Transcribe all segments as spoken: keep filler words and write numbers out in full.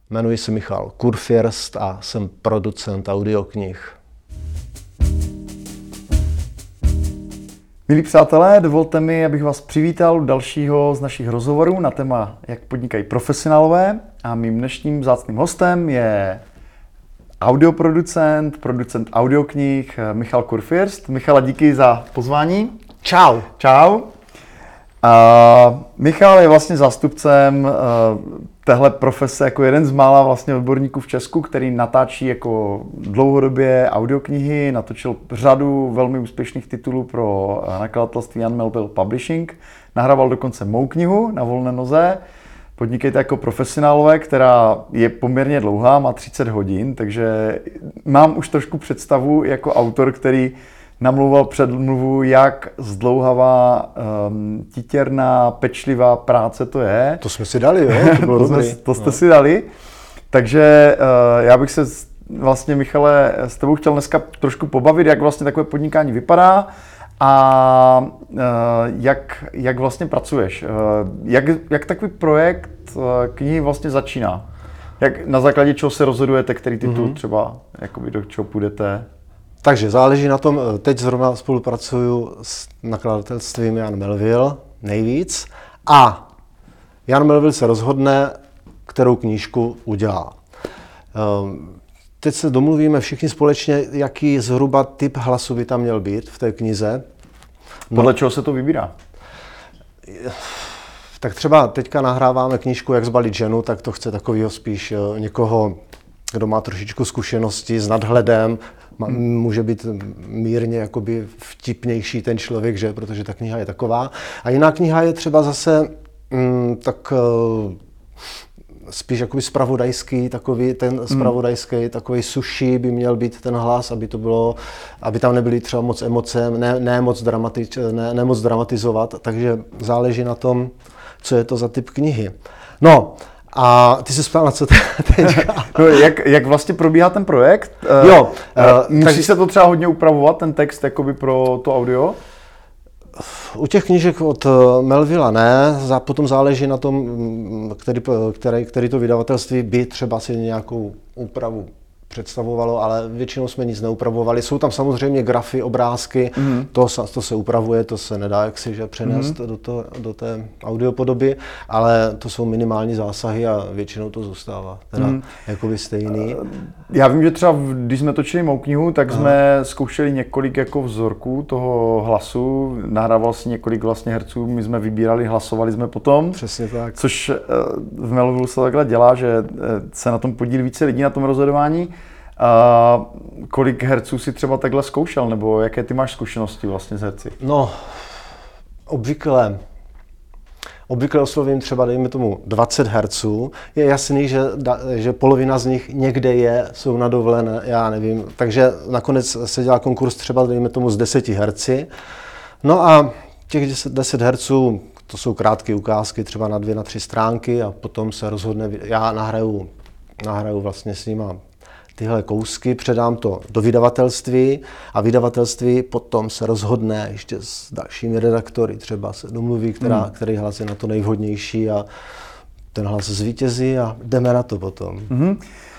Jmenuji se Michal Kurfiřst a jsem producent audioknih. Milí přátelé, dovolte mi, abych vás přivítal u dalšího z našich rozhovorů na téma, jak podnikají profesionálové. A mým dnešním vzácným hostem je audioproducent, producent audioknih Michal Kurfiřst. Michala, díky za pozvání. Čau. Čau. Uh, Michal je vlastně zástupcem uh, téhle profese jako jeden z mála vlastně odborníků v Česku, který natáčí jako dlouhodobě audioknihy, natočil řadu velmi úspěšných titulů pro uh, nakladatelství Jan Melville Publishing, nahrával dokonce mou knihu Na volné noze. Podnikejte jako profesionálové, která je poměrně dlouhá, má třicet hodin, takže mám už trošku představu jako autor, který namlouval předmluvu, jak zdlouhavá, um, titěrná, pečlivá práce to je. To jsme si dali, jo? To, bylo to, jsme, to jste no. si dali. Takže uh, já bych se vlastně, Michale, s tebou chtěl dneska trošku pobavit, jak vlastně takové podnikání vypadá a uh, jak, jak vlastně pracuješ. Uh, jak, jak takový projekt uh, knihy vlastně začíná? Jak, na základě čeho se rozhodujete, který titul mm-hmm. třeba jakoby do čeho půjdete? Takže záleží na tom, teď zrovna spolupracuju s nakladatelstvím Jan Melville nejvíc a Jan Melville se rozhodne, kterou knížku udělá. Teď se domluvíme všichni společně, jaký zhruba typ hlasu by tam měl být v té knize. Podle no, čeho se to vybírá? Tak třeba teďka nahráváme knížku Jak zbalit ženu, tak to chce takového spíš někoho, kdo má trošičku zkušenosti s nadhledem. Může být mírně jakoby vtipnější ten člověk, že? Protože ta kniha je taková. A jiná kniha je třeba zase mm, tak uh, spíš jakoby zpravodajský, takový ten zpravodajský, takový suší by měl být ten hlas, aby to bylo, aby tam nebyly třeba moc emoce, ne, ne, moc, dramatiz, ne, ne moc dramatizovat, takže záleží na tom, co je to za typ knihy. No, a ty se ptal na co teďka? No, jak, jak vlastně probíhá ten projekt? Jo. Uh, musí tak, se to třeba hodně upravovat, ten text jakoby pro to audio? U těch knížek od Melvilla ne, potom záleží na tom, který, který, který to vydavatelství by třeba si nějakou úpravu představovalo, ale většinou jsme nic neupravovali. Jsou tam samozřejmě grafy, obrázky, mm. to, to se upravuje, to se nedá jaksi že přenést mm. do, to, do té audiopodoby, ale to jsou minimální zásahy a většinou to zůstává teda mm. jakoby stejný. Já vím, že třeba když jsme točili mou knihu, tak Aha. jsme zkoušeli několik jako vzorků toho hlasu, nahrával si několik vlastně herců, my jsme vybírali, hlasovali jsme potom. Přesně tak. Což v Melvillu se takhle dělá, že se na tom podílí více lidí na tom rozhodování. A kolik herců si třeba takhle zkoušel, nebo jaké ty máš zkušenosti vlastně s herci? No, obvykle, obvykle oslovím třeba, dejme tomu, dvacet herců. Je jasný, že, že polovina z nich někde je, jsou na dovolené, já nevím. Takže nakonec se dělá konkurs třeba, dejme tomu, z deseti herci. No a těch deset, deset herců, to jsou krátké ukázky, třeba na dvě, na tři stránky a potom se rozhodne, já nahraju, nahraju vlastně s nima tyhle kousky, předám to do vydavatelství a vydavatelství potom se rozhodne ještě s dalšími redaktory, třeba se domluví, která, hmm. který hlas je na to nejvhodnější a ten hlas zvítězí a jdeme na to potom. Hmm.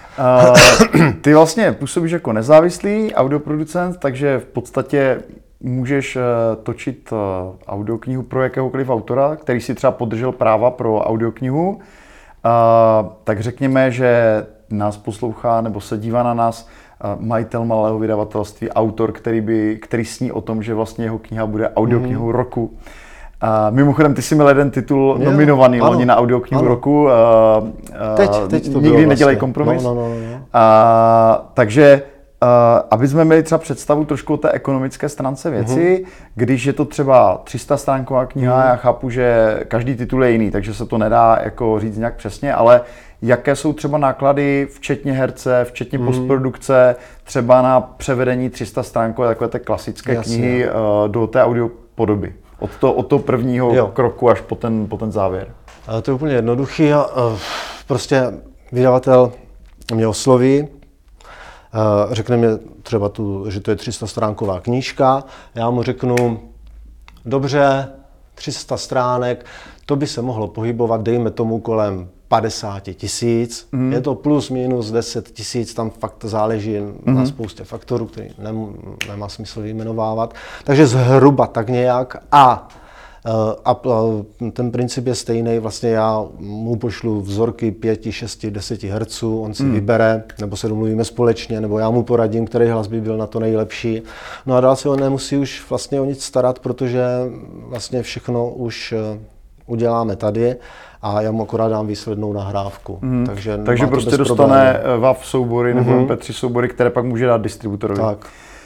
Uh, ty vlastně působíš jako nezávislý audioproducent, takže v podstatě můžeš uh, točit uh, audioknihu pro jakéhokoliv autora, který si třeba podržel práva pro audioknihu. Uh, tak řekněme, že nás poslouchá nebo se dívá na nás majitel malého vydavatelství, autor, který, by, který sní o tom, že vlastně jeho kniha bude audioknihou mm. roku. A mimochodem, ty jsi měl jeden titul Měl, nominovaný loni na audioknihu ano. roku. A, teď, teď to nikdy nedělej vlastně. kompromis. No, no, no, no. A, takže Uh, aby jsme měli třeba představu trošku o té ekonomické stránce věci, uh-huh. když je to třeba tři sta stránková kniha, uh-huh. já chápu, že každý titul je jiný, takže se to nedá jako říct nějak přesně, ale jaké jsou třeba náklady, včetně herce, včetně uh-huh. postprodukce, třeba na převedení tři sta stránkové takové té klasické Jasně. knihy uh, do té audiopodoby? Od toho od to prvního jo. kroku až po ten, po ten závěr. Ale to je úplně jednoduchý. Prostě vydavatel mě osloví, řekne mi třeba, tu, že to je tři sta stránková knížka, já mu řeknu, dobře, tři sta stránek, to by se mohlo pohybovat, dejme tomu kolem padesát tisíc. Mm. Je to plus minus deset tisíc, tam fakt záleží mm. na spoustě faktorů, který nem, nemá smysl vyjmenovávat. Takže zhruba tak nějak a A ten princip je stejný, vlastně já mu pošlu vzorky pět, šest, deset herců, on si mm. vybere, nebo se domluvíme společně, nebo já mu poradím, který hlas by byl na to nejlepší. No a dál se on nemusí už vlastně o nic starat, protože vlastně všechno už uděláme tady a já mu akorát dám výslednou nahrávku. Mm. Takže, Takže prostě dostane W A V soubory nebo mm-hmm. M P tři soubory, které pak může dát distributorovi. Tak.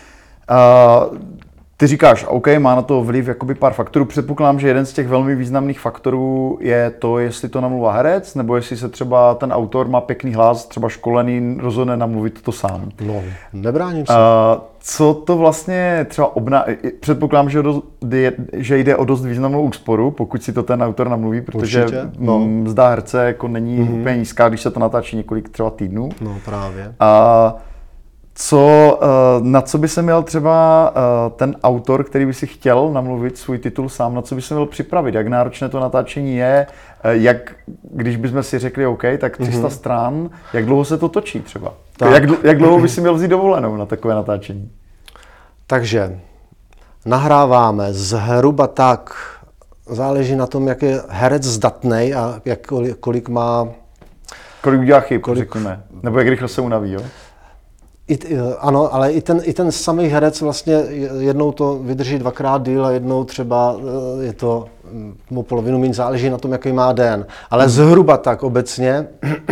Uh, Ty říkáš, OK, má na to vliv jakoby pár faktorů. Předpokládám, že jeden z těch velmi významných faktorů je to, jestli to namluvá herec, nebo jestli se třeba ten autor má pěkný hlas, třeba školený, rozhodne namluvit to sám. No, nebráním se. Uh, co to vlastně třeba obná... Předpokládám, že, do... že jde o dost významnou úsporu, pokud si to ten autor namluví, protože no. mzda herce jako není mm-hmm. úplně nízká, když se to natáčí několik třeba týdnů. No právě. Uh, Co, na co by se měl třeba ten autor, který by si chtěl namluvit svůj titul sám, na co by se měl připravit, jak náročné to natáčení je, jak, když bychom si řekli OK, tak tři sta mm-hmm. stran, jak dlouho se to točí třeba? Jak, jak dlouho by si měl vzít dovolenou na takové natáčení? Takže nahráváme zhruba tak, záleží na tom, jak je herec zdatnej a jak, kolik, kolik má... Kolik udělá chyb, kolik... řekněme, nebo jak rychle se unaví, jo? I, ano, ale i ten, i ten samý herec vlastně jednou to vydrží dvakrát díl a jednou třeba je to o polovinu méně, záleží na tom, jaký má den. Ale zhruba tak obecně,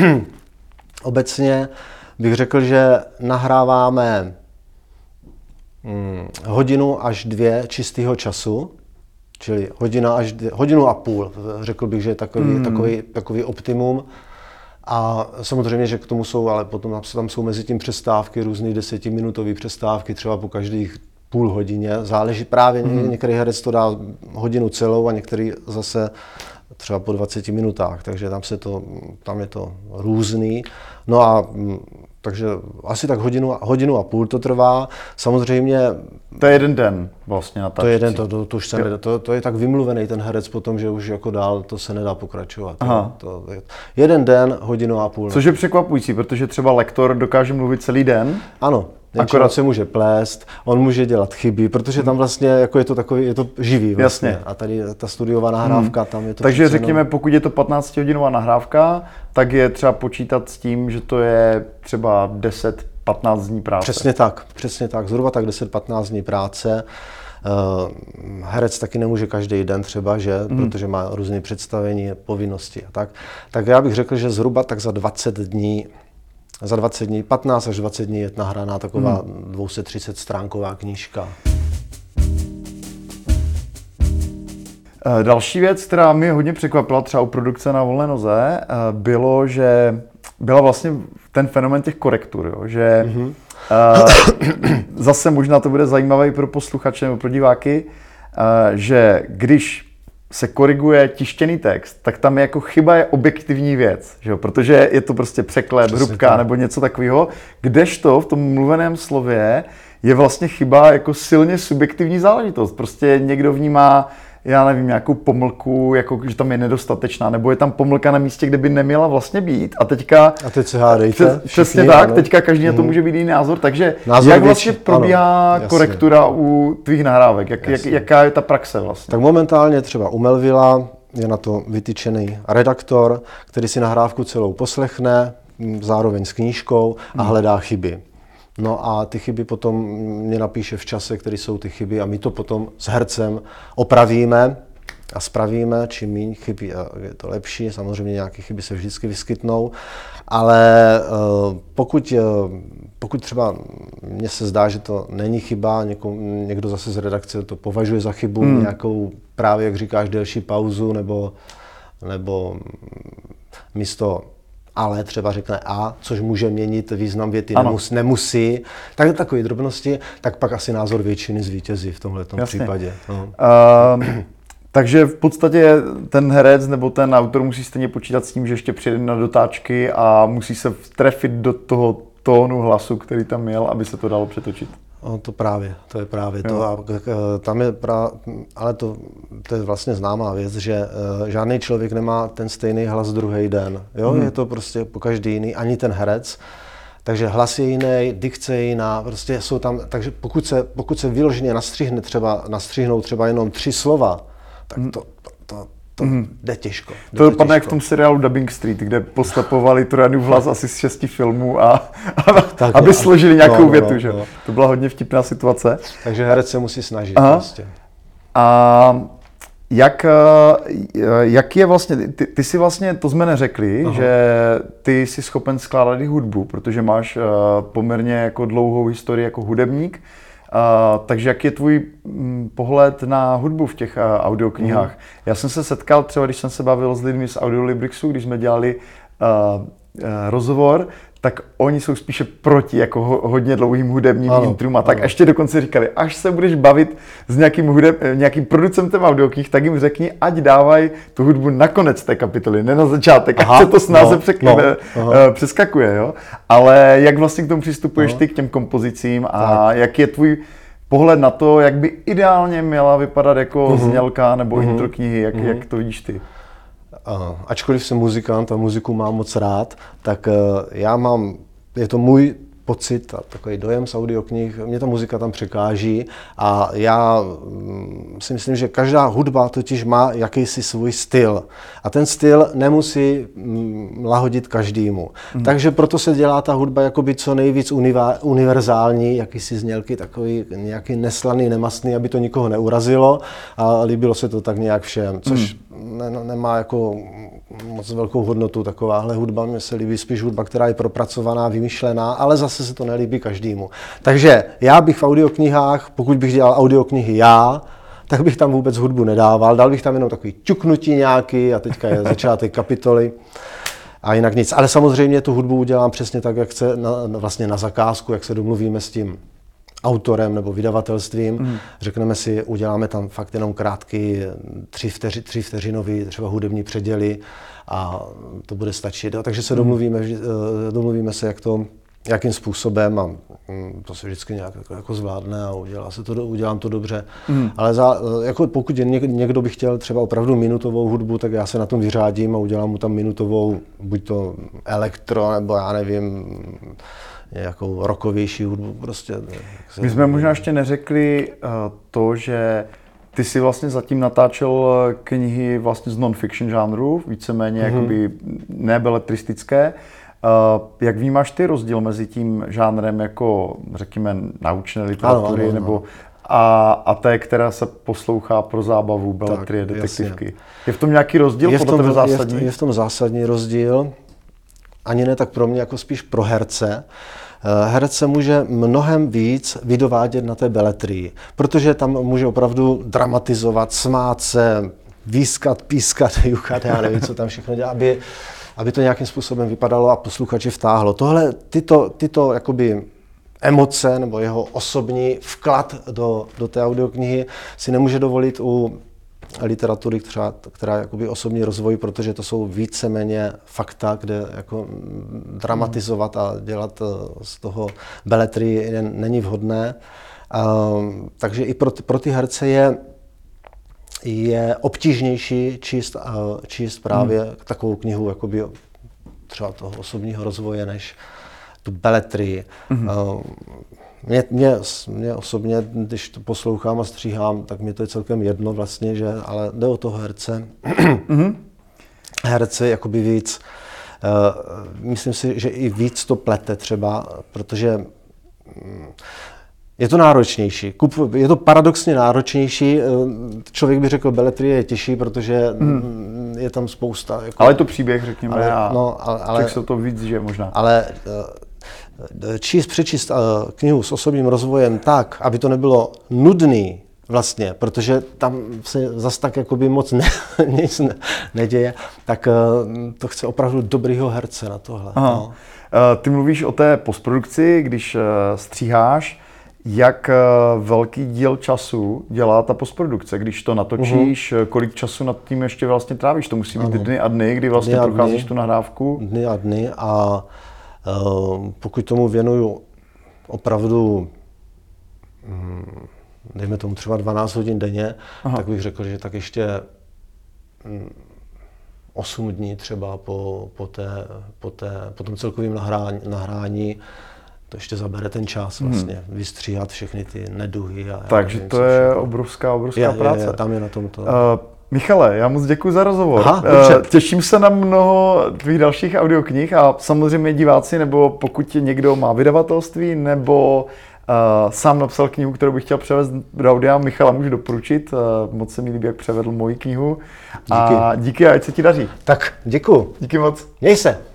obecně bych řekl, že nahráváme hm, hodinu až dvě čistého času, čili hodina až dvě, hodinu a půl, řekl bych, že je takový, hmm. takový, takový optimum. A samozřejmě, že k tomu jsou, ale potom tam jsou mezi tím přestávky, různé desetiminutové přestávky, třeba po každých půl hodině. Záleží právě, mm. některý herec to dá hodinu celou a některý zase třeba po dvaceti minutách, takže tam, se to, tam je to různý. No a takže asi tak hodinu, hodinu a půl to trvá. Samozřejmě... To je jeden den vlastně natáčící. To je jeden, to, to, to, už se nedá, to, to je tak vymluvený ten herec potom, že už jako dál to se nedá pokračovat. To, to, jeden den, hodinu a půl. Což je překvapující, protože třeba lektor dokáže mluvit celý den. Ano. Akorát se může plést, on může dělat chyby, protože tam vlastně jako je to takový, je to živý vlastně. Jasně. A tady ta studiová nahrávka, hmm. tam je to... Takže řekněme, pokud je to patnáctihodinová nahrávka, tak je třeba počítat s tím, že to je třeba deset patnáct dní práce. Přesně tak, přesně tak, zhruba tak deset patnáct dní práce. Uh, herec taky nemůže každý den třeba, že, hmm. protože má různé představení, povinnosti a tak. Tak já bych řekl, že zhruba tak za dvacet dní Za dvacet dní, patnáct až dvacet dní je nahraná taková hmm. dvě stě třicet stránková knížka. Další věc, která mě hodně překvapila třeba u produkce Na volné noze, bylo, že byla vlastně ten fenomén těch korektur, jo? Že mm-hmm. zase možná to bude zajímavé pro posluchače nebo pro diváky, že když se koriguje tištěný text, tak tam je jako chyba je objektivní věc, že jo? Protože je to prostě překlep, hrubka nebo něco takového, kdežto v tom mluveném slově je vlastně chyba jako silně subjektivní záležitost. Prostě někdo vnímá, já nevím, nějakou pomlku, jako, že tam je nedostatečná, nebo je tam pomlka na místě, kde by neměla vlastně být. A teďka... A teď se hádejte. Přesně tak, ano. Teďka každý na to může být jiný názor. Takže názor jak vlastně větší, probíhá ano, korektura u tvých nahrávek? Jak, jak, jaká je ta praxe vlastně? Tak momentálně třeba u Melvilla je na to vytyčený redaktor, který si nahrávku celou poslechne, zároveň s knížkou a hledá chyby. No a ty chyby potom mě napíše v čase, které jsou ty chyby a my to potom s hercem opravíme a spravíme, čím méně chyby je to lepší, samozřejmě nějaké chyby se vždycky vyskytnou, ale pokud, pokud třeba mně se zdá, že to není chyba, něko, někdo zase z redakce to považuje za chybu, hmm. nějakou právě, jak říkáš, delší pauzu nebo, nebo místo ale třeba řekne A, což může měnit význam věty, nemus, nemusí. Tak takové drobnosti, tak pak asi názor většiny zvítězí v tomhletom případě. No. Uh, takže v podstatě ten herec nebo ten autor musí stejně počítat s tím, že ještě přijde na dotáčky a musí se trefit do toho tónu hlasu, který tam měl, aby se to dalo přetočit. No, to právě, to je právě jo. to. A tam je pra, ale to, to je vlastně známá věc, že uh, žádný člověk nemá ten stejný hlas druhý den. Jo? Hmm. Je to prostě po každý jiný, ani ten herec. Takže hlas je jiný, dikce je jiná, prostě jsou tam, takže pokud se, pokud se vyloženě nastřihne třeba, nastřihnou třeba jenom tři slova, tak to, to, to, to mm. jde těžko. Jde to dopadne jak v tom seriálu Dubbing Street, kde postapovali Trojanův hlas asi z šesti filmů, a, a tak, aby složili nějakou no, větu, no, že? No. To byla hodně vtipná situace. Takže herec se musí snažit. Prostě. A jak, jak je vlastně, ty, ty si vlastně, to jsme neřekli, aha, že ty jsi schopen skládat i hudbu, protože máš uh, poměrně jako dlouhou historii jako hudebník. Uh, takže jak je tvůj m, pohled na hudbu v těch uh, audioknihách? Mm. Já jsem se setkal třeba, když jsem se bavil s lidmi z Audiolibrixu, když jsme dělali uh, uh, rozhovor, tak oni jsou spíše proti jako ho, hodně dlouhým hudebním ano, intrům a tak. Ano. Ještě dokonce říkali, až se budeš bavit s nějakým, hudeb, nějakým producentem audioknih, tak jim řekni, ať dávají tu hudbu na konec té kapitoly, ne na začátek, aha, ať se to snáze no, přek, no, uh, přeskakuje. Jo? Ale jak vlastně k tomu přistupuješ aha, ty k těm kompozicím a tak, jak je tvůj pohled na to, jak by ideálně měla vypadat jako uhum, znělka nebo uhum, intro knihy, jak, uhum, jak to vidíš ty? Uh, ačkoliv jsem muzikant a muziku mám moc rád, tak uh, já mám, je to můj pocit a takový dojem z audioknih, mě ta muzika tam překáží a já um, si myslím, že každá hudba totiž má jakýsi svůj styl a ten styl nemusí um, lahodit každému. Hmm. Takže proto se dělá ta hudba jakoby co nejvíc univa, univerzální, jakýsi znělky, takový nějaký neslaný, nemastný, aby to nikoho neurazilo a líbilo se to tak nějak všem, což hmm. ne, nemá jako moc velkou hodnotu takováhle hudba. Mně se líbí spíš hudba, která je propracovaná, vymyšlená, ale zase se to nelíbí každému. Takže já bych v audioknihách, pokud bych dělal audioknihy já, tak bych tam vůbec hudbu nedával, dal bych tam jenom takový ťuknutí nějaký a teďka je začátek kapitoly a jinak nic. Ale samozřejmě tu hudbu udělám přesně tak, jak se na, vlastně na zakázku, jak se domluvíme s tím autorem nebo vydavatelstvím. Mm. Řekneme si, uděláme tam fakt jenom krátký tři, vteři, tři vteřinový třeba hudební předěly a to bude stačit. Jo? Takže se domluvíme, mm. domluvíme se, jak to, jakým způsobem a to se vždycky nějak jako, jako zvládne a udělá se to, udělám to dobře. Mm. Ale za, jako pokud někdo by chtěl třeba opravdu minutovou hudbu, tak já se na tom vyřádím a udělám mu tam minutovou, buď to elektro, nebo já nevím, nějakou rockovější hudbu prostě. Se... My jsme možná ještě neřekli uh, to, že ty si vlastně zatím natáčel knihy vlastně z non-fiction žánru, víceméně mm-hmm. jakoby nebeletristické. Uh, jak vnímáš ty rozdíl mezi tím žánrem jako, řekněme, naučné literatury, ano, ano, nebo a, a té, která se poslouchá pro zábavu, beletrie, detektivky? Jasně. Je v tom nějaký rozdíl? Je v tom, podle tebe zásadní? Je v, je v tom zásadní rozdíl. Ani ne tak pro mě, jako spíš pro herce. Herec se může mnohem víc vydovádět na té beletrii, protože tam může opravdu dramatizovat, smát se, výskat, pískat, juchat, já nevím, co tam všechno dělá, aby, aby to nějakým způsobem vypadalo a posluchače vtáhlo. Tohle, tyto, tyto jakoby emoce nebo jeho osobní vklad do, do té audioknihy si nemůže dovolit u literatury, která, která je jakoby osobní rozvoj, protože to jsou víceméně fakta, kde jako dramatizovat a dělat z toho beletrii není vhodné. Um, takže i pro ty, pro ty herce je, je obtížnější číst, uh, číst právě hmm. takovou knihu jakoby třeba toho osobního rozvoje, než tu beletrii. Hmm. Uh, Mě, mě, mě osobně, když to poslouchám a stříhám, tak mi to je celkem jedno vlastně, že, ale jde o toho herce. Mm-hmm. Herce jakoby víc, uh, myslím si, že i víc to plete třeba, protože um, je to náročnější. Kup, je to paradoxně náročnější. Člověk by řekl, beletrie je těžší, protože mm. je tam spousta. Jako, ale je to příběh, řekněme, ale, a no, ale, ale, se to víc žije možná. Ale číst, přečíst knihu s osobním rozvojem tak, aby to nebylo nudný vlastně, protože tam se zas tak jakoby moc ne, nic ne, neděje, tak to chce opravdu dobrýho herce na tohle. No. Ty mluvíš o té postprodukci, když stříháš. Jak velký díl času dělá ta postprodukce, když to natočíš, uhum. kolik času nad tím ještě vlastně trávíš? To musí být ano. dny a dny, kdy vlastně dny procházíš dny, tu nahrávku? Dny a dny a uh, pokud tomu věnuju opravdu mm, dejme tomu třeba dvanáct hodin denně, Aha. tak bych řekl, že tak ještě mm, osm dní třeba po, po, té, po, té, po tom celkovém nahrání, nahrání to ještě zabere ten čas vlastně, hmm. vystříhat všechny ty neduhy. A Takže nevím, to je všechno. obrovská, obrovská je, práce. Je, je, tam je na tom to. Uh, Michale, já moc děkuji za rozhovor. Aha, uh, těším se na mnoho tvých dalších audioknih a samozřejmě diváci, nebo pokud někdo má vydavatelství, nebo uh, sám napsal knihu, kterou bych chtěl převést do audia, Michala můžu doporučit. Uh, moc se mi líbí, jak převedl moji knihu. Díky. A díky a ať se ti daří. Tak, děkuji. Díky moc. Měj se.